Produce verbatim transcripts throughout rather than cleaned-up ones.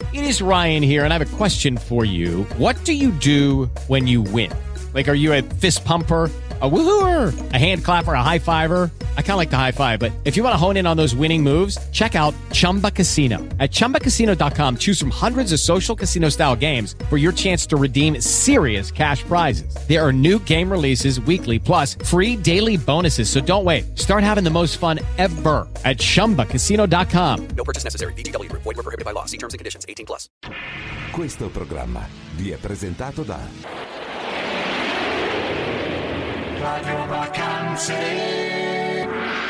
It is Ryan here, and I have a question for you. What do you do when you win? Like, are you a fist pumper, a woohooer, a hand clapper, a high fiver? I kind of like the high five, but if you want to hone in on those winning moves, check out Chumba Casino. At chumba casino dot com, choose from hundreds of social casino style games for your chance to redeem serious cash prizes. There are new game releases weekly, plus free daily bonuses. So don't wait. Start having the most fun ever at chumba casino dot com. No purchase necessary. V G W Group. Void where prohibited by law. See terms and conditions. eighteen plus. Questo programma vi è presentato da Radio Vacanze.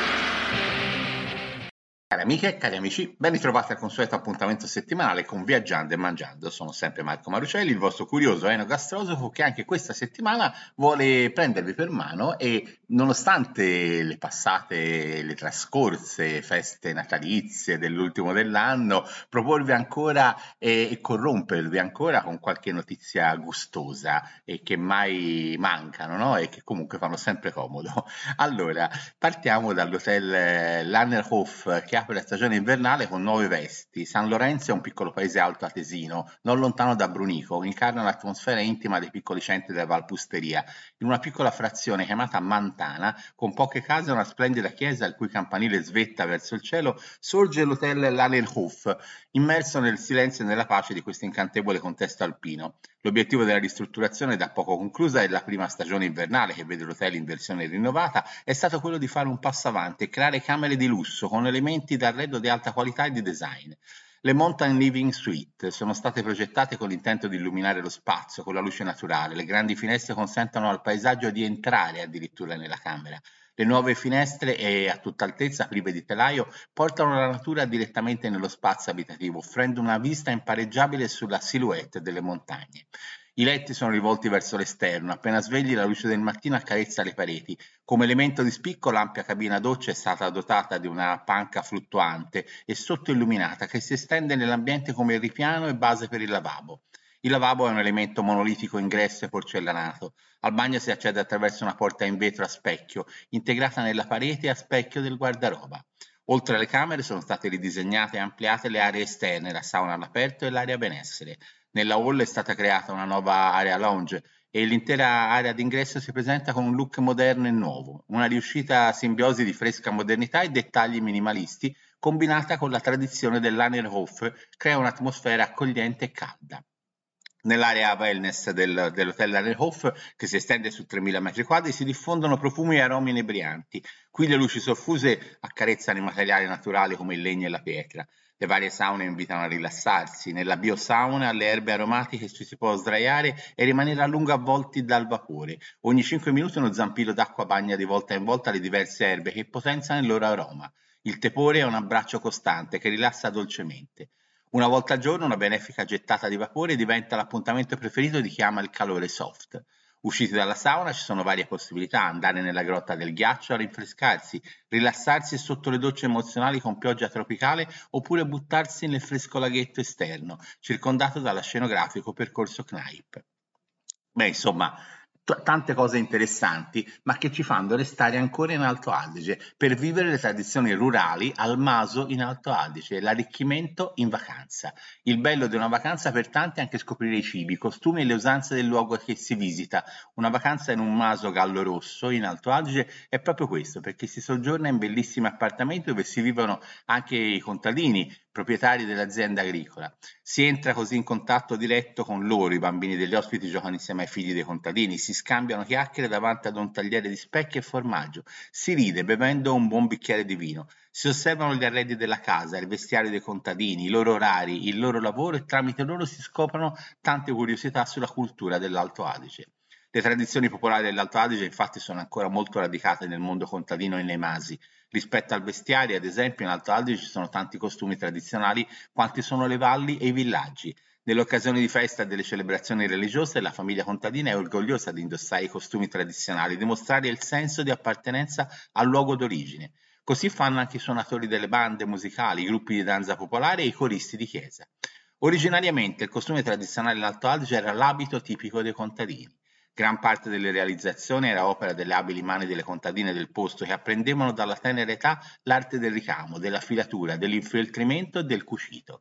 Cari amiche e cari amici, ben ritrovati al consueto appuntamento settimanale con Viaggiando e Mangiando. Sono sempre Marco Marucelli, il vostro curioso enogastrosofo che anche questa settimana vuole prendervi per mano e, nonostante le passate, le trascorse feste natalizie dell'ultimo dell'anno, proporvi ancora e, e corrompervi ancora con qualche notizia gustosa e che mai mancano, no? E che comunque fanno sempre comodo. Allora, partiamo dall'hotel Lannerhof, che apre la stagione invernale con nuove vesti. San Lorenzo è un piccolo paese alto atesino, non lontano da Brunico, incarna l'atmosfera intima dei piccoli centri della Valpusteria. In una piccola frazione chiamata Mantana, con poche case e una splendida chiesa il cui campanile svetta verso il cielo, sorge l'hotel Lannerhof, immerso nel silenzio e nella pace di questo incantevole contesto alpino. L'obiettivo della ristrutturazione, da poco conclusa, della prima stagione invernale, che vede l'hotel in versione rinnovata, è stato quello di fare un passo avanti e creare camere di lusso con elementi d'arredo di alta qualità e di design. Le Mountain Living Suite sono state progettate con l'intento di illuminare lo spazio con la luce naturale. Le grandi finestre consentono al paesaggio di entrare addirittura nella camera. Le nuove finestre, e a tutta altezza, prive di telaio, portano la natura direttamente nello spazio abitativo, offrendo una vista impareggiabile sulla silhouette delle montagne. I letti sono rivolti verso l'esterno, appena svegli la luce del mattino accarezza le pareti. Come elemento di spicco l'ampia cabina doccia è stata dotata di una panca fluttuante e sottoilluminata che si estende nell'ambiente come ripiano e base per il lavabo. Il lavabo è un elemento monolitico ingresso e porcellanato. Al bagno si accede attraverso una porta in vetro a specchio, integrata nella parete a specchio del guardaroba. Oltre alle camere sono state ridisegnate e ampliate le aree esterne, la sauna all'aperto e l'area benessere. Nella hall è stata creata una nuova area lounge e l'intera area d'ingresso si presenta con un look moderno e nuovo, una riuscita simbiosi di fresca modernità e dettagli minimalisti, combinata con la tradizione del Lannerhof, crea un'atmosfera accogliente e calda. Nell'area wellness del, dell'hotel Lannerhof, che si estende su tremila metri quadri, si diffondono profumi e aromi inebrianti. Qui le luci soffuse accarezzano i materiali naturali come il legno e la pietra. Le varie saune invitano a rilassarsi. Nella biosauna alle erbe aromatiche ci si può sdraiare e rimanere a lungo avvolti dal vapore. Ogni cinque minuti uno zampillo d'acqua bagna di volta in volta le diverse erbe che potenziano il loro aroma. Il tepore è un abbraccio costante che rilassa dolcemente. Una volta al giorno una benefica gettata di vapore diventa l'appuntamento preferito di chi ama il calore soft. Usciti dalla sauna ci sono varie possibilità: andare nella grotta del ghiaccio a rinfrescarsi, rilassarsi sotto le docce emozionali con pioggia tropicale oppure buttarsi nel fresco laghetto esterno, circondato dallo scenografico percorso Kneipp. Beh, insomma, t- tante cose interessanti, ma che ci fanno restare ancora in Alto Adige per vivere le tradizioni rurali al Maso in Alto Adige, l'arricchimento in vacanza. Il bello di una vacanza per tanti è anche scoprire i cibi, i costumi e le usanze del luogo che si visita. Una vacanza in un Maso Gallo Rosso in Alto Adige è proprio questo, perché si soggiorna in bellissimi appartamenti dove si vivono anche i contadini, proprietari dell'azienda agricola. Si entra così in contatto diretto con loro, i bambini degli ospiti giocano insieme ai figli dei contadini, si scambiano chiacchiere davanti ad un tagliere di specchi e formaggio, si ride bevendo un buon bicchiere di vino, si osservano gli arredi della casa, il vestiario dei contadini, i loro orari, il loro lavoro e tramite loro si scoprono tante curiosità sulla cultura dell'Alto Adige. Le tradizioni popolari dell'Alto Adige infatti sono ancora molto radicate nel mondo contadino e nei masi. Rispetto al vestiario, ad esempio, in Alto Adige ci sono tanti costumi tradizionali quanti sono le valli e i villaggi. Nelle occasioni di festa e delle celebrazioni religiose la famiglia contadina è orgogliosa di indossare i costumi tradizionali, di mostrare il senso di appartenenza al luogo d'origine. Così fanno anche i suonatori delle bande musicali, i gruppi di danza popolare e i coristi di chiesa. Originariamente il costume tradizionale dell'Alto Adige era l'abito tipico dei contadini. Gran parte delle realizzazioni era opera delle abili mani delle contadine del posto che apprendevano dalla tenera età l'arte del ricamo, della filatura, dell'infeltrimento e del cucito.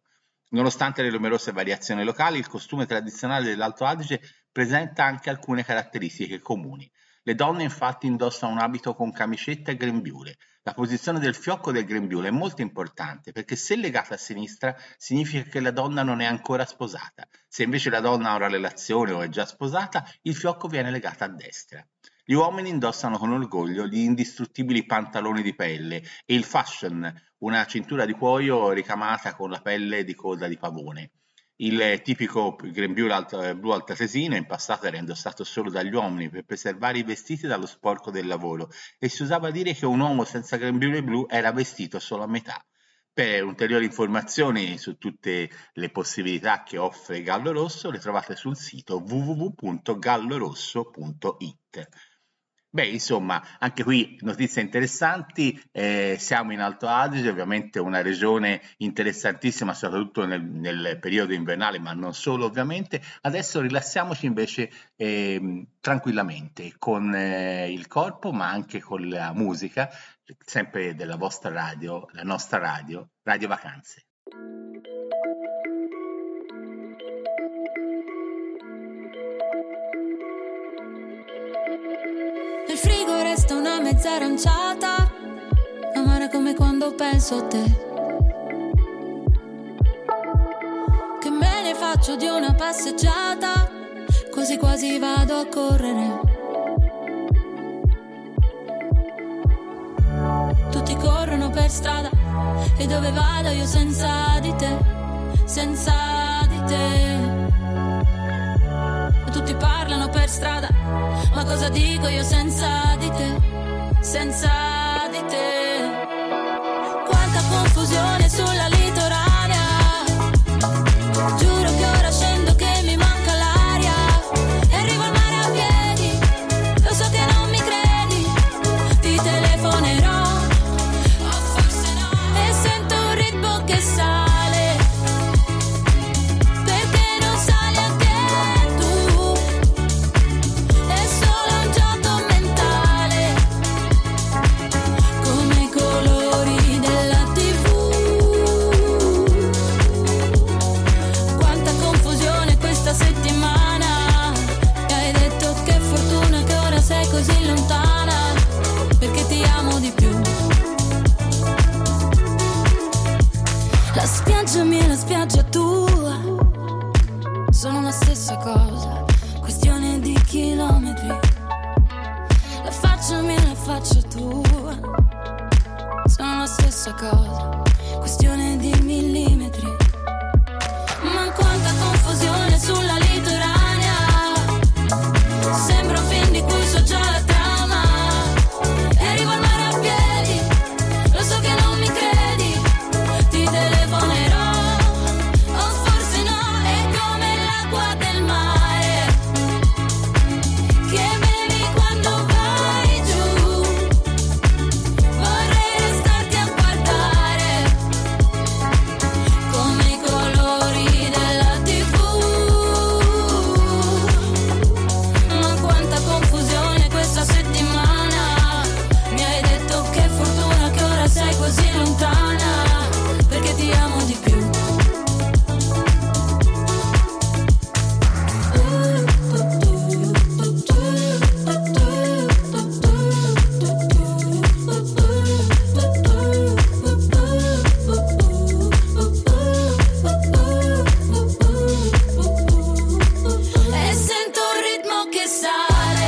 Nonostante le numerose variazioni locali, il costume tradizionale dell'Alto Adige presenta anche alcune caratteristiche comuni. Le donne infatti indossano un abito con camicetta e grembiule. La posizione del fiocco del grembiule è molto importante perché se legata a sinistra significa che la donna non è ancora sposata. Se invece la donna ha una relazione o è già sposata, il fiocco viene legato a destra. Gli uomini indossano con orgoglio gli indistruttibili pantaloni di pelle e il fashion, una cintura di cuoio ricamata con la pelle di coda di pavone. Il tipico grembiule alta, blu altatesino in passato era indossato solo dagli uomini per preservare i vestiti dallo sporco del lavoro e si usava dire che un uomo senza grembiule blu era vestito solo a metà. Per ulteriori informazioni su tutte le possibilità che offre Gallo Rosso le trovate sul sito w w w punto gallorosso punto i t. Beh, insomma, anche qui notizie interessanti, eh, siamo in Alto Adige, ovviamente una regione interessantissima, soprattutto nel, nel periodo invernale, ma non solo ovviamente. Adesso rilassiamoci invece eh, tranquillamente con eh, il corpo, ma anche con la musica, sempre della vostra radio, la nostra radio, Radio Vacanze. Nel frigo resta una mezza aranciata, amara come quando penso a te, che me ne faccio di una passeggiata, quasi quasi vado a correre. Tutti corrono per strada e dove vado io senza di te, senza di te. Tutti parlano per strada, ma cosa dico io senza di te, senza di te? Quanta confusione sulla litoranea, giuro che ora scendo che mi manca l'aria e arrivo al mare a piedi, lo so che non mi credi, ti telefonerò, o forse no, e sento un ritmo che sale, perché non sali anche così lontana, perché ti amo di più. La spiaggia mia e la spiaggia tua sono la stessa cosa, questione di chilometri. La faccia mia e la faccia tua sono la stessa cosa, questione di millimetri. Ma quanta confusione sulla litoranea, sembra un film di cui so già la trama, e arrivo al mare a piedi, lo so che non mi credi, ti telefonerò, o forse no, è come l'acqua del mare, che bevi quando vai giù, vorrei restarti a guardare, come i colori della tivù. Confusione questa settimana, mi hai detto che fortuna che ora sei così lontana, perché ti amo di più. E sento un ritmo che sale,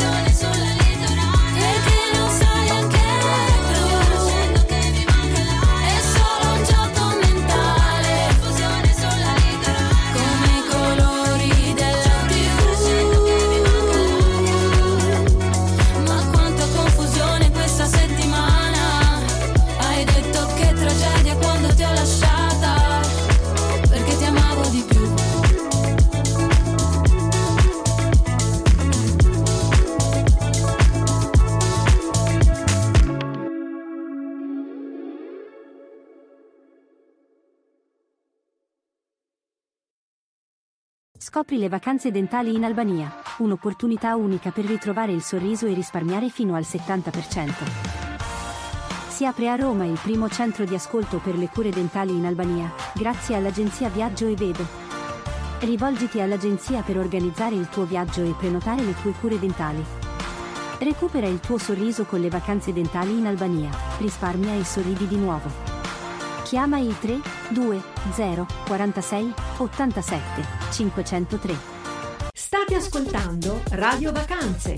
Scopri le vacanze dentali in Albania, un'opportunità unica per ritrovare il sorriso e risparmiare fino al settanta per cento. Si apre a Roma il primo centro di ascolto per le cure dentali in Albania, grazie all'agenzia Viaggio e Vedo. Rivolgiti all'agenzia per organizzare il tuo viaggio e prenotare le tue cure dentali. Recupera il tuo sorriso con le vacanze dentali in Albania, risparmia e sorridi di nuovo. Chiama il tre due zero quarantasei ottantasette cinquecentotre. State ascoltando Radio Vacanze.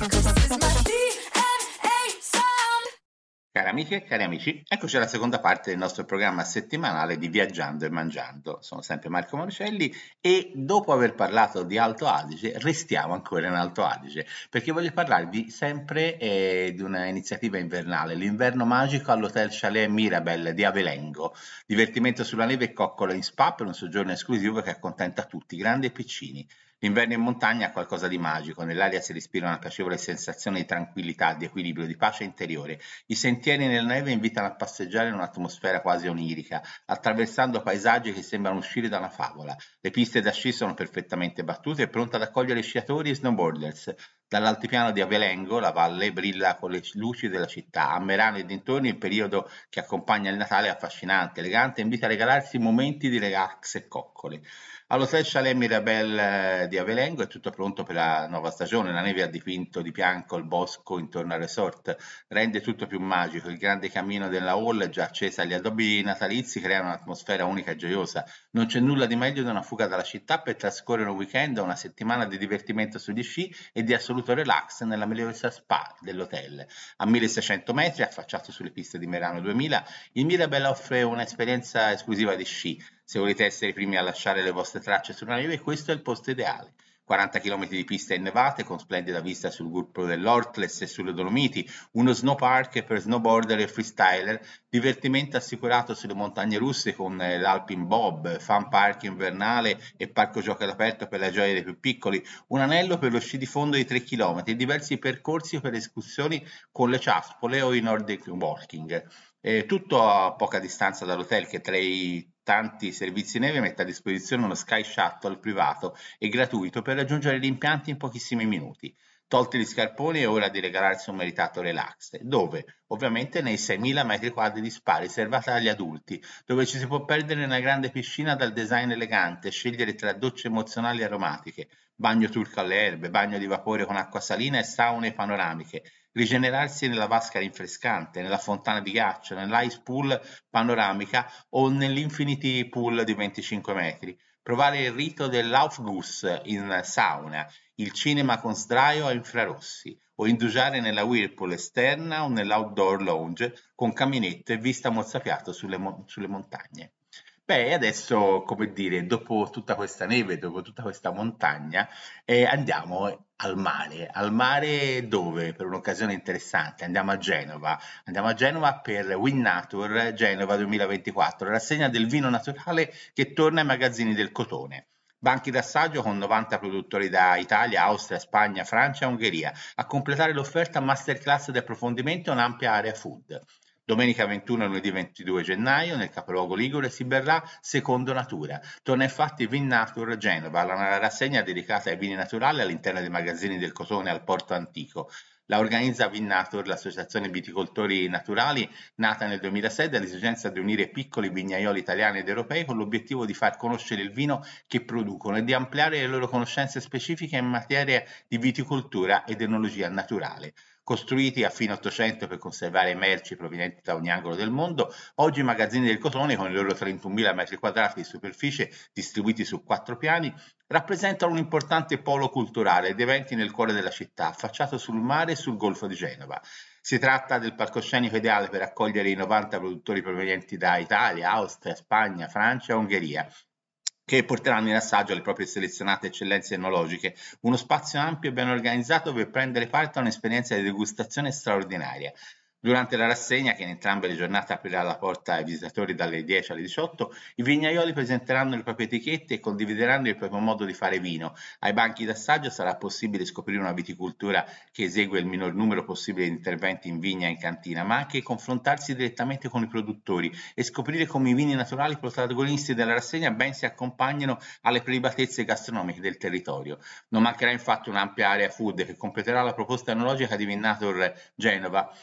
Cari amiche e cari amici, eccoci alla seconda parte del nostro programma settimanale di Viaggiando e Mangiando. Sono sempre Marco Marucelli e dopo aver parlato di Alto Adige restiamo ancora in Alto Adige perché voglio parlarvi sempre eh, di una iniziativa invernale, l'inverno magico all'Hotel Chalet Mirabel di Avelengo. Divertimento sulla neve e coccole in spa per un soggiorno esclusivo che accontenta tutti, grandi e piccini. L'inverno in montagna ha qualcosa di magico, nell'aria si respira una piacevole sensazione di tranquillità, di equilibrio, di pace interiore. I sentieri nella neve invitano a passeggiare in un'atmosfera quasi onirica, attraversando paesaggi che sembrano uscire da una favola. Le piste da sci sono perfettamente battute e pronte ad accogliere sciatori e snowboarders. Dall'altipiano di Avelengo la valle brilla con le luci della città. A Merano e dintorni il periodo che accompagna il Natale è affascinante, elegante e invita a regalarsi momenti di relax e coccole. All'Hotel Chalet Mirabel di Avelengo è tutto pronto per la nuova stagione, la neve ha dipinto di bianco il bosco intorno al resort, rende tutto più magico, il grande camino della hall già accesa agli addobbi natalizi crea un'atmosfera unica e gioiosa. Non c'è nulla di meglio di una fuga dalla città per trascorrere un weekend o una settimana di divertimento sugli sci e di assoluto relax nella meravigliosa spa dell'hotel. A milleseicento metri, affacciato sulle piste di Merano duemila, il Mirabel offre un'esperienza esclusiva di sci. Se volete essere i primi a lasciare le vostre tracce sulla neve, questo è il posto ideale. quaranta chilometri di piste innevate con splendida vista sul gruppo dell'Ortles e sulle Dolomiti, uno snow park per snowboarder e freestyler, divertimento assicurato sulle montagne russe con l'Alpine Bob, fan park invernale e parco giochi all'aperto per la gioia dei più piccoli, un anello per lo sci di fondo di tre chilometri e diversi percorsi per escursioni con le ciaspole o i Nordic walking. Eh, tutto a poca distanza dall'hotel che tra i tanti servizi neve mette a disposizione uno Sky Shuttle privato e gratuito per raggiungere gli impianti in pochissimi minuti. Tolti gli scarponi è ora di regalarsi un meritato relax, dove? Ovviamente nei seimila metri quadri di spa riservata agli adulti, dove ci si può perdere nella grande piscina dal design elegante, scegliere tra docce emozionali e aromatiche, bagno turco alle erbe, bagno di vapore con acqua salina e saune panoramiche, rigenerarsi nella vasca rinfrescante, nella fontana di ghiaccio, nell'ice pool panoramica o nell'infinity pool di venticinque metri, provare il rito dell'Aufguss in sauna, il cinema con sdraio a infrarossi o indugiare nella whirlpool esterna o nell'outdoor lounge con caminetto e vista mozzafiato sulle, mo- sulle montagne. Beh, adesso, come dire, dopo tutta questa neve, dopo tutta questa montagna, eh, andiamo al mare. Al mare dove? Per un'occasione interessante. Andiamo a Genova. Andiamo a Genova per Winnatur Genova duemilaventiquattro, rassegna del vino naturale che torna ai magazzini del cotone. Banchi d'assaggio con novanta produttori da Italia, Austria, Spagna, Francia e Ungheria. A completare l'offerta masterclass di approfondimento e un'ampia area food. Domenica ventuno e lunedì ventidue gennaio nel capoluogo ligure si berrà Secondo Natura. Torna infatti Winnatur Genova, la rassegna dedicata ai vini naturali all'interno dei magazzini del cotone al Porto Antico. La organizza Winnatur, l'associazione viticoltori naturali, nata nel duemilasei dall'esigenza di unire piccoli vignaioli italiani ed europei con l'obiettivo di far conoscere il vino che producono e di ampliare le loro conoscenze specifiche in materia di viticoltura ed enologia naturale. Costruiti a fine Ottocento per conservare merci provenienti da ogni angolo del mondo, oggi i magazzini del cotone, con i loro trentunomila metri quadrati di superficie distribuiti su quattro piani, rappresentano un importante polo culturale ed eventi nel cuore della città, affacciato sul mare e sul golfo di Genova. Si tratta del palcoscenico ideale per accogliere i novanta produttori provenienti da Italia, Austria, Spagna, Francia e Ungheria, che porteranno in assaggio le proprie selezionate eccellenze enologiche, uno spazio ampio e ben organizzato per prendere parte a un'esperienza di degustazione straordinaria. Durante la rassegna, che in entrambe le giornate aprirà la porta ai visitatori dalle dieci alle diciotto, i vignaioli presenteranno le proprie etichette e condivideranno il proprio modo di fare vino. Ai banchi d'assaggio sarà possibile scoprire una viticoltura che esegue il minor numero possibile di interventi in vigna e in cantina, ma anche confrontarsi direttamente con i produttori e scoprire come i vini naturali protagonisti della rassegna ben si accompagnino alle prelibatezze gastronomiche del territorio. Non mancherà infatti un'ampia area food che completerà la proposta enologica di Winnatur Genova. Saranno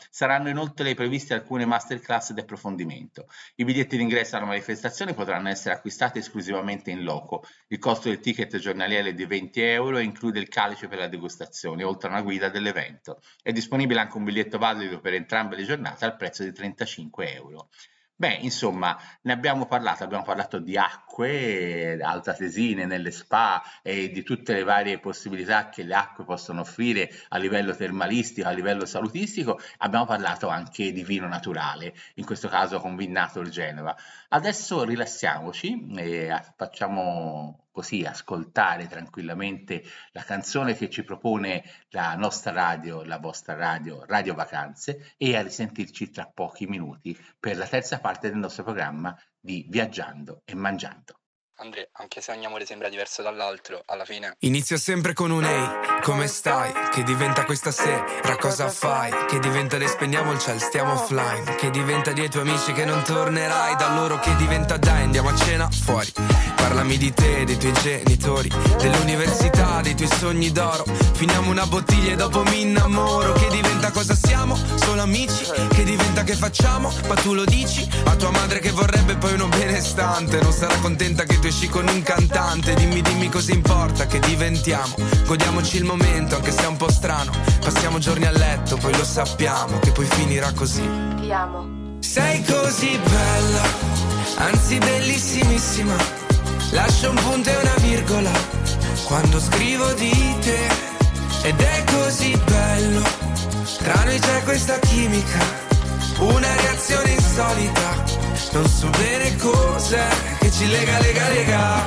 Saranno inoltre previste alcune masterclass di approfondimento. I biglietti d'ingresso alla manifestazione potranno essere acquistati esclusivamente in loco. Il costo del ticket giornaliero è di venti euro e include il calice per la degustazione, oltre a una guida dell'evento. È disponibile anche un biglietto valido per entrambe le giornate al prezzo di trentacinque euro. Beh, insomma, ne abbiamo parlato, abbiamo parlato di acque, altatesine nelle spa e di tutte le varie possibilità che le acque possono offrire a livello termalistico, a livello salutistico. Abbiamo parlato anche di vino naturale, in questo caso con Vinnator Genova. Adesso rilassiamoci e facciamo così ascoltare tranquillamente la canzone che ci propone la nostra radio, la vostra radio, Radio Vacanze, e a risentirci tra pochi minuti per la terza parte del nostro programma di Viaggiando e Mangiando. Andrea, anche se ogni amore sembra diverso dall'altro, alla fine inizia sempre con un ehi, come stai? Che diventa questa sera, cosa fai? Che diventa de spendiamo il ciel, stiamo offline. Che diventa dei tuoi amici che non tornerai da loro. Che diventa dai, andiamo a cena fuori. Parlami di te, dei tuoi genitori, dell'università, dei tuoi sogni d'oro. Finiamo una bottiglia e dopo mi innamoro. Che diventa cosa siamo? Solo amici? Che diventa che facciamo? Ma tu lo dici? A tua madre che vorrebbe poi uno benestante. Non sarà contenta che tu esci con un cantante. Dimmi, dimmi cosa importa che diventiamo. Godiamoci il momento anche se è un po' strano. Passiamo giorni a letto, poi lo sappiamo che poi finirà così. Ti amo. Sei così bella, anzi bellissimissima. Lascio un punto e una virgola quando scrivo di te. Ed è così bello, tra noi c'è questa chimica, una reazione insolita. Non so bene cos'è che ci lega, lega, lega.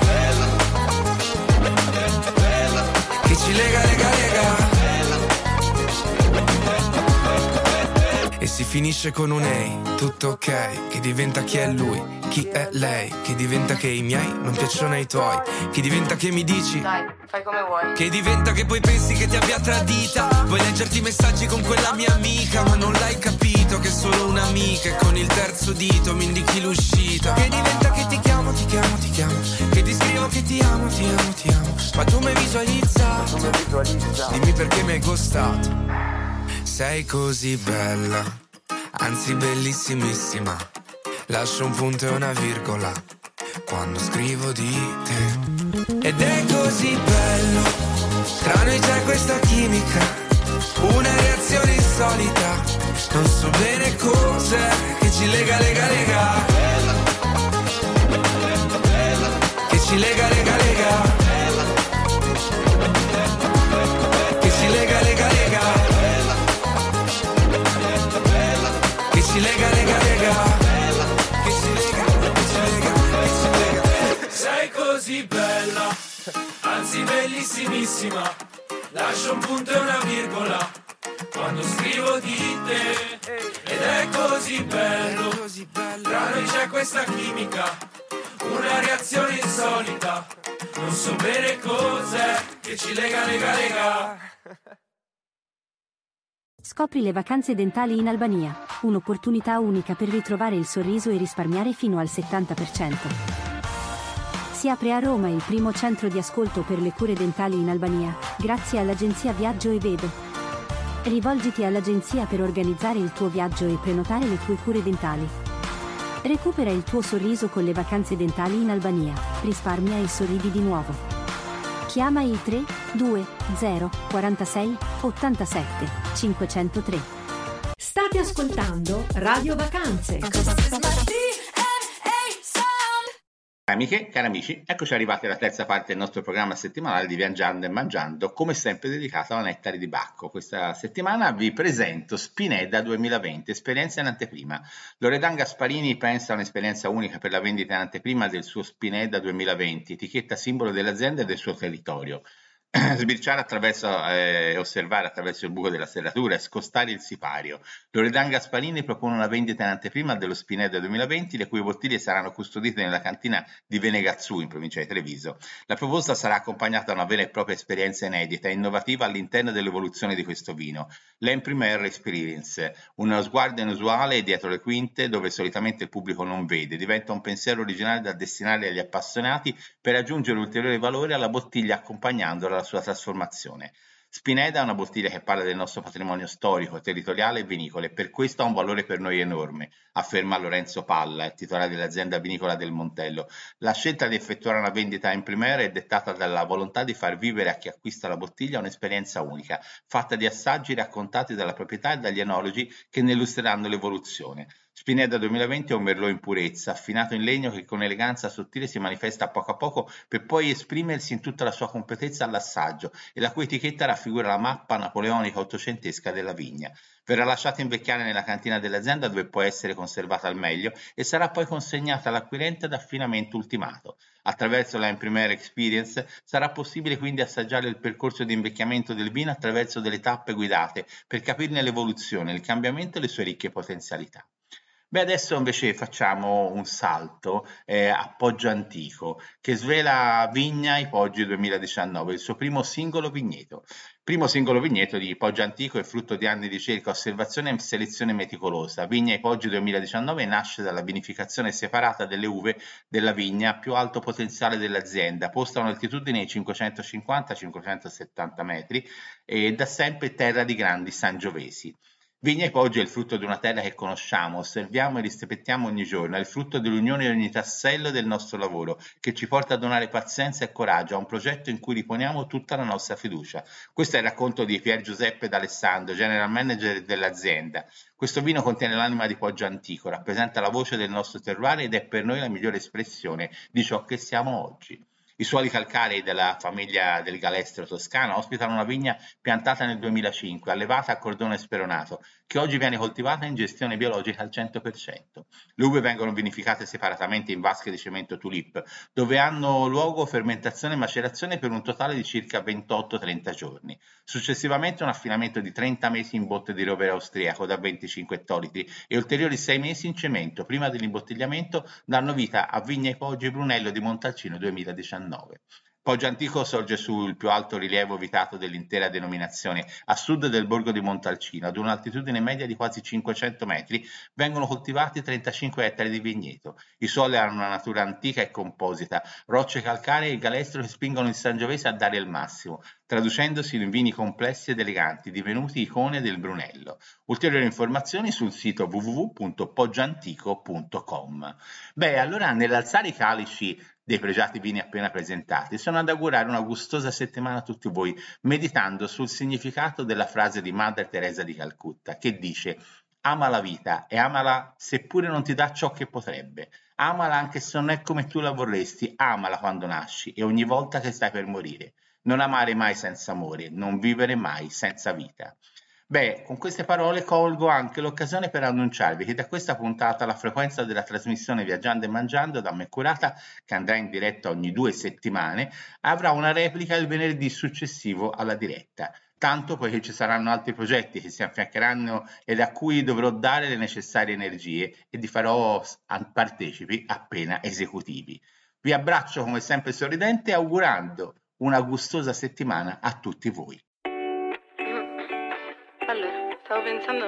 Che ci lega, lega, lega. E si finisce con un ehi, tutto ok. Che diventa chi è lui, chi è lei. Che diventa che i miei non piacciono ai tuoi. Che diventa che mi dici dai, fai come vuoi. Che diventa che poi pensi che ti abbia tradita. Vuoi leggerti i messaggi con quella mia amica, ma non l'hai capito che è solo un'amica e con il terzo dito mi indichi l'uscita. Che diventa che ti chiamo, ti chiamo, ti chiamo. Che ti scrivo che ti amo, ti amo, ti amo. Ma tu mi hai visualizzato. Dimmi perché mi hai ghostato. Sei così bella, anzi bellissimissima. Lascio un punto e una virgola quando scrivo di te. Ed è così bello, tra noi c'è questa chimica, una reazione insolita. Non so bene cos'è che ci lega, lega, lega. Che ci lega, lega, lega. Che ci lega, lega, lega. Che ci lega, lega, lega. Che ci lega, che ci lega, che ci lega. Sei così bella, anzi bellissimissima. Lascio un punto e una virgola quando scrivo di te. Ed è così bello, tra noi c'è questa chimica, una reazione insolita. Non so bene cos'è che ci lega, lega, lega. Scopri le vacanze dentali in Albania, un'opportunità unica per ritrovare il sorriso e risparmiare fino al settanta per cento. Si apre a Roma il primo centro di ascolto per le cure dentali in Albania, grazie all'agenzia Viaggio e Vedo. Rivolgiti all'agenzia per organizzare il tuo viaggio e prenotare le tue cure dentali. Recupera il tuo sorriso con le vacanze dentali in Albania, risparmia e sorridi di nuovo. Chiama il tre due zero quarantasei ottantasette cinquecentotre. State ascoltando Radio Vacanze. Amiche, cari amici, eccoci arrivati alla terza parte del nostro programma settimanale di Viaggiando e Mangiando, come sempre dedicato alla Nettari di Bacco. Questa settimana vi presento Spinedda duemilaventi, esperienza in anteprima. Loredan Gasparini pensa a un'esperienza unica per la vendita in anteprima del suo Spinedda duemilaventi, etichetta simbolo dell'azienda e del suo territorio. Sbirciare attraverso e eh, osservare attraverso il buco della serratura e scostare il sipario. Loredan Gasparini propone una vendita in anteprima dello Spinedda duemilaventi, le cui bottiglie saranno custodite nella cantina di Venegazzù, in provincia di Treviso. La proposta sarà accompagnata da una vera e propria esperienza inedita e innovativa all'interno dell'evoluzione di questo vino. L'En-Primeur Experience, uno sguardo inusuale dietro le quinte dove solitamente il pubblico non vede, diventa un pensiero originale da destinare agli appassionati per aggiungere ulteriore valore alla bottiglia accompagnandola alla sua trasformazione. Spineda è una bottiglia che parla del nostro patrimonio storico, territoriale e vinicolo e per questo ha un valore per noi enorme, afferma Lorenzo Palla, il titolare dell'azienda vinicola del Montello. La scelta di effettuare una vendita in primera è dettata dalla volontà di far vivere a chi acquista la bottiglia un'esperienza unica, fatta di assaggi raccontati dalla proprietà e dagli enologi che ne illustreranno l'evoluzione. Spineda duemilaventi è un merlot in purezza, affinato in legno che con eleganza sottile si manifesta a poco a poco per poi esprimersi in tutta la sua completezza all'assaggio e la cui etichetta raffigura la mappa napoleonica ottocentesca della vigna. Verrà lasciata invecchiare nella cantina dell'azienda dove può essere conservata al meglio e sarà poi consegnata all'acquirente ad affinamento ultimato. Attraverso la In Primera Experience sarà possibile quindi assaggiare il percorso di invecchiamento del vino attraverso delle tappe guidate per capirne l'evoluzione, il cambiamento e le sue ricche potenzialità. Beh, adesso invece facciamo un salto eh, a Poggio Antico, che svela Vigna ai Poggi duemiladiciannove, il suo primo singolo vigneto. Primo singolo vigneto di Poggio Antico è frutto di anni di ricerca, osservazione e selezione meticolosa. Vigna ai Poggi duemiladiciannove nasce dalla vinificazione separata delle uve della vigna a più alto potenziale dell'azienda, posta a un'altitudine di cinquecentocinquanta cinquecentosettanta metri e da sempre terra di grandi sangiovesi. Vigna ai Poggi è il frutto di una terra che conosciamo, osserviamo e rispettiamo ogni giorno, è il frutto dell'unione di ogni tassello del nostro lavoro, che ci porta a donare pazienza e coraggio a un progetto in cui riponiamo tutta la nostra fiducia. Questo è il racconto di Pier Giuseppe D'Alessandro, general manager dell'azienda. Questo vino contiene l'anima di Poggio Antico, rappresenta la voce del nostro terroir ed è per noi la migliore espressione di ciò che siamo oggi. I suoli calcarei della famiglia del Galestro toscano ospitano una vigna piantata nel duemilacinque, allevata a cordone speronato, che oggi viene coltivata in gestione biologica al cento per cento. Le uve vengono vinificate separatamente in vasche di cemento tulip, dove hanno luogo fermentazione e macerazione per un totale di circa ventotto trenta giorni. Successivamente un affinamento di trenta mesi in botte di rovere austriaco da venticinque ettolitri e ulteriori sei mesi in cemento prima dell'imbottigliamento danno vita a Vigna ai Poggi e Brunello di Montalcino duemiladiciannove. Poggio Antico sorge sul più alto rilievo vitato dell'intera denominazione, a sud del borgo di Montalcino, ad un'altitudine media di quasi cinquecento metri, vengono coltivati trentacinque ettari di vigneto. I suoli hanno una natura antica e composita, rocce calcaree e galestro che spingono il Sangiovese a dare il massimo, traducendosi in vini complessi ed eleganti, divenuti icone del Brunello. Ulteriori informazioni sul sito w w w punto poggioantico punto com. Beh, allora nell'alzare i calici dei pregiati vini appena presentati, sono ad augurare una gustosa settimana a tutti voi, meditando sul significato della frase di Madre Teresa di Calcutta, che dice: ama la vita e amala seppure non ti dà ciò che potrebbe, amala anche se non è come tu la vorresti, amala quando nasci e ogni volta che stai per morire. Non amare mai senza amore, non vivere mai senza vita. Beh, con queste parole colgo anche l'occasione per annunciarvi che da questa puntata la frequenza della trasmissione Viaggiando e Mangiando da me curata, che andrà in diretta ogni due settimane, avrà una replica il venerdì successivo alla diretta. Tanto poiché ci saranno altri progetti che si affiancheranno ed a cui dovrò dare le necessarie energie e vi farò partecipi appena esecutivi. Vi abbraccio come sempre sorridente augurando una gustosa settimana a tutti voi. Allora, stavo pensando...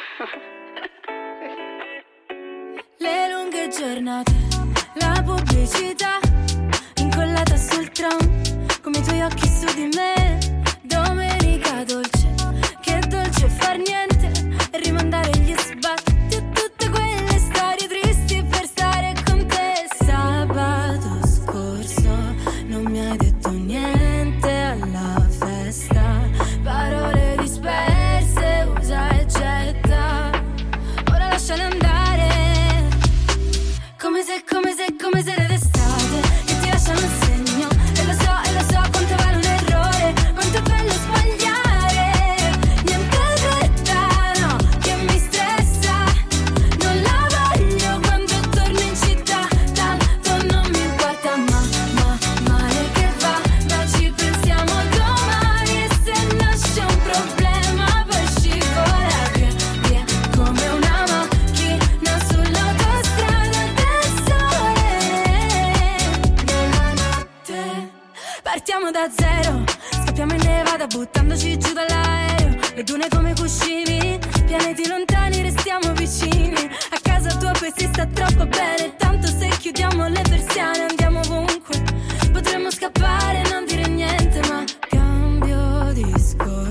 Le lunghe giornate, la pubblicità incollata sul tram, come i tuoi occhi su di me. Domenica dolce, che dolce far niente e rimandare gli sbatti a tutte quelle storie tristi per stare con te. Sabato scorso non mi hai detto niente alla festa, parole disperse, usa e getta. Ora lasciale andare, come se, come se, come se le d'estate che ti lasciano un segno. E lo so, e lo so quanto vale un errore, quanto è bello sbagliare. Niente fretta, no, che mi stressa. Non la voglio quando torno in città, tanto non mi importa, ma, ma, male che va. Ma ci pensiamo domani e se nasce un problema poi scivola via, via come una macchina sull'autostrada del sole della notte. Partiamo da zero, scappiamo in Nevada buttandoci giù dall'aereo. Le dune come cuscini, pianeti lontani restiamo vicini. A casa tua poi si sta troppo bene, tanto se chiudiamo le persiane andiamo ovunque. Potremmo scappare e non dire niente, ma cambio discorso.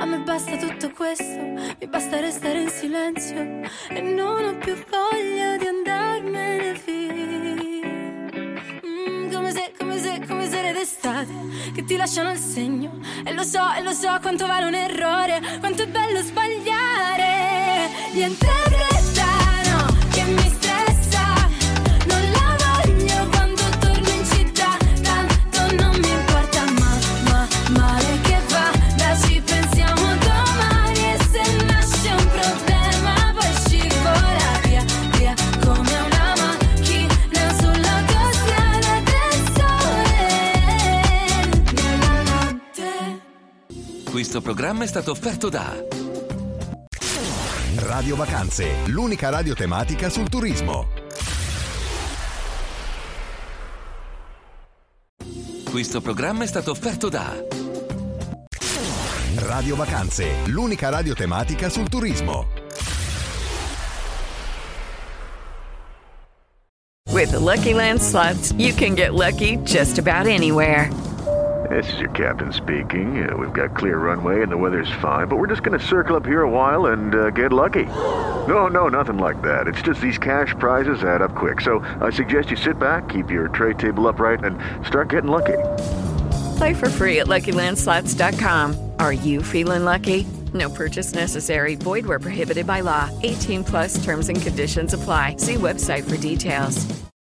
me basta tutto questo, mi basta restare in silenzio e non ho più voglia di andarmene via. Mm, come se, come se, come se d'estate che ti lasciano il segno. E lo so, e lo so quanto vale un errore, quanto è bello sbagliare. Niente fretta, no, che mi stressa, non la voglio quando torno in città. Tanto non mi importa, ma, ma, male che va, da ci pensiamo domani. E se nasce un problema poi scivola via, via, come una macchina sull'autostrada del sole nella notte. Questo programma è stato offerto da Radio Vacanze, l'unica radio tematica sul turismo. Questo programma è stato offerto da Radio Vacanze, l'unica radio tematica sul turismo. With the Lucky Land Slots, you can get lucky just about anywhere. This is your captain speaking. Uh, we've got clear runway and the weather's fine, but we're just going to circle up here a while and uh, get lucky. No, no, nothing like that. It's just these cash prizes add up quick. So I suggest you sit back, keep your tray table upright, and start getting lucky. Play for free at Lucky Land Slots dot com. Are you feeling lucky? No purchase necessary. Void where prohibited by law. eighteen plus terms and conditions apply. See website for details.